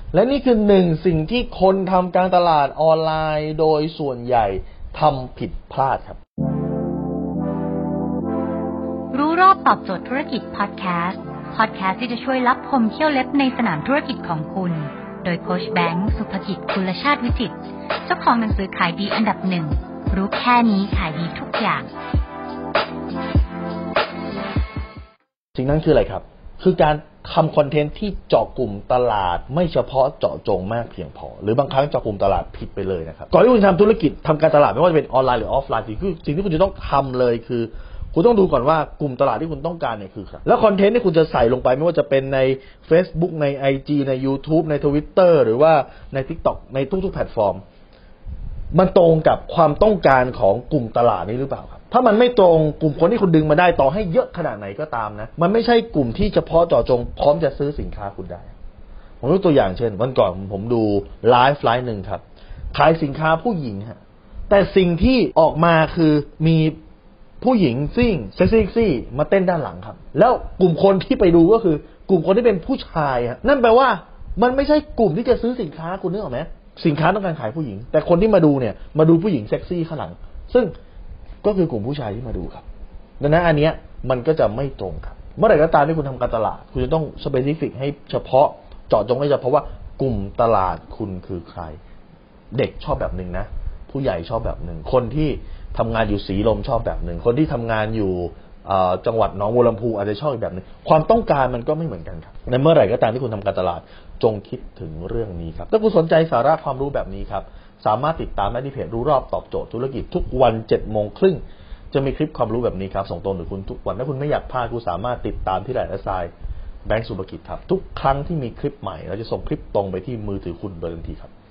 และนี่คือหนึ่งสิ่งที่คนทำการตลาดออนไลน์โดยส่วนใหญ่ทำผิดพลาดครับรู้รอบตอบโจทย์ธุรกิจพอดแคสต์ที่จะช่วยลับพมเที่ยวเล็บในสนามธุรกิจของคุณโดยโค้ชแบงค์สุภกิจกุลชาติวิจิตรเจ้าของหนังสือขายดีอันดับหนึ่งรู้แค่นี้ขายดีทุกอย่างสิ่งนั้นคืออะไรครับคือการทำคอนเทนต์ที่เจาะกลุ่มตลาดไม่เฉพาะเจาะจงมากเพียงพอหรือบางครั้งเจาะกลุ่มตลาดผิดไปเลยนะครับก่อนที่คุณทำธุรกิจทำการตลาดไม่ว่าจะเป็นออนไลน์หรือออฟไลน์สิ่งที่คุณจะต้องทำเลยคือคุณต้องดูก่อนว่ากลุ่มตลาดที่คุณต้องการเนี่ยคือใครแล้วคอนเทนต์ที่คุณจะใส่ลงไปไม่ว่าจะเป็นใน Facebook ใน IG ใน YouTube ใน Twitter หรือว่าใน TikTok ในทุกๆแพลตฟอร์มมันตรงกับความต้องการของกลุ่มตลาดนี้หรือเปล่าครับถ้ามันไม่ตรงกลุ่มคนที่คุณดึงมาได้ต่อให้เยอะขนาดไหนก็ตามนะมันไม่ใช่กลุ่มที่เฉพาะเจาะจงพร้อมจะซื้อสินค้าคุณได้ผมยกตัวอย่างเช่นวันก่อนผมดูไลฟ์หนึ่งครับขายสินค้าผู้หญิงฮะแต่สิ่งที่ออกมาคือมีผู้หญิงซิ่งเซ็กซี่มาเต้นด้านหลังครับแล้วกลุ่มคนที่ไปดูก็คือกลุ่มคนที่เป็นผู้ชายฮะนั่นแปลว่ามันไม่ใช่กลุ่มที่จะซื้อสินค้าคุณนึกออกไหมสินค้าต้องการขายผู้หญิงแต่คนที่มาดูเนี่ยมาดูผู้หญิงเซ็กซี่ข้างหลังซึ่งก็คือกลุ่มผู้ชายที่มาดูครับดังนั้นอันเนี้ยมันก็จะไม่ตรงครับเมื่อไหร่ก็ตามที่คุณทำการตลาดคุณจะต้องสเปซิฟิกให้เฉพาะเจาะจงให้เฉพาะว่ากลุ่มตลาดคุณคือใครเด็กชอบแบบนึงนะผู้ใหญ่ชอบแบบนึงคนที่ทำงานอยู่ศรีลมชอบแบบนึงคนที่ทำงานอยู่จังหวัดหนองบัวลำพูอาจจะชอบอีกแบบนึงความต้องการมันก็ไม่เหมือนกันครับในเมื่อไหร่ก็ตามที่คุณทำการตลาดจงคิดถึงเรื่องนี้ครับถ้าคุณสนใจสาระความรู้แบบนี้ครับสามารถติดตามได้ที่เพจรู้รอบตอบโจทย์ธุรกิจทุกวัน 7:30 น.จะมีคลิปความรู้แบบนี้ครับส่งตรงถึงคุณทุกวันถ้าคุณไม่อยากพลาดคุณสามารถติดตามที่LINEแบงค์สุภกิจครับทุกครั้งที่มีคลิปใหม่เราจะส่งคลิปตรงไปที่มือถือคุณโดยทันทีครับ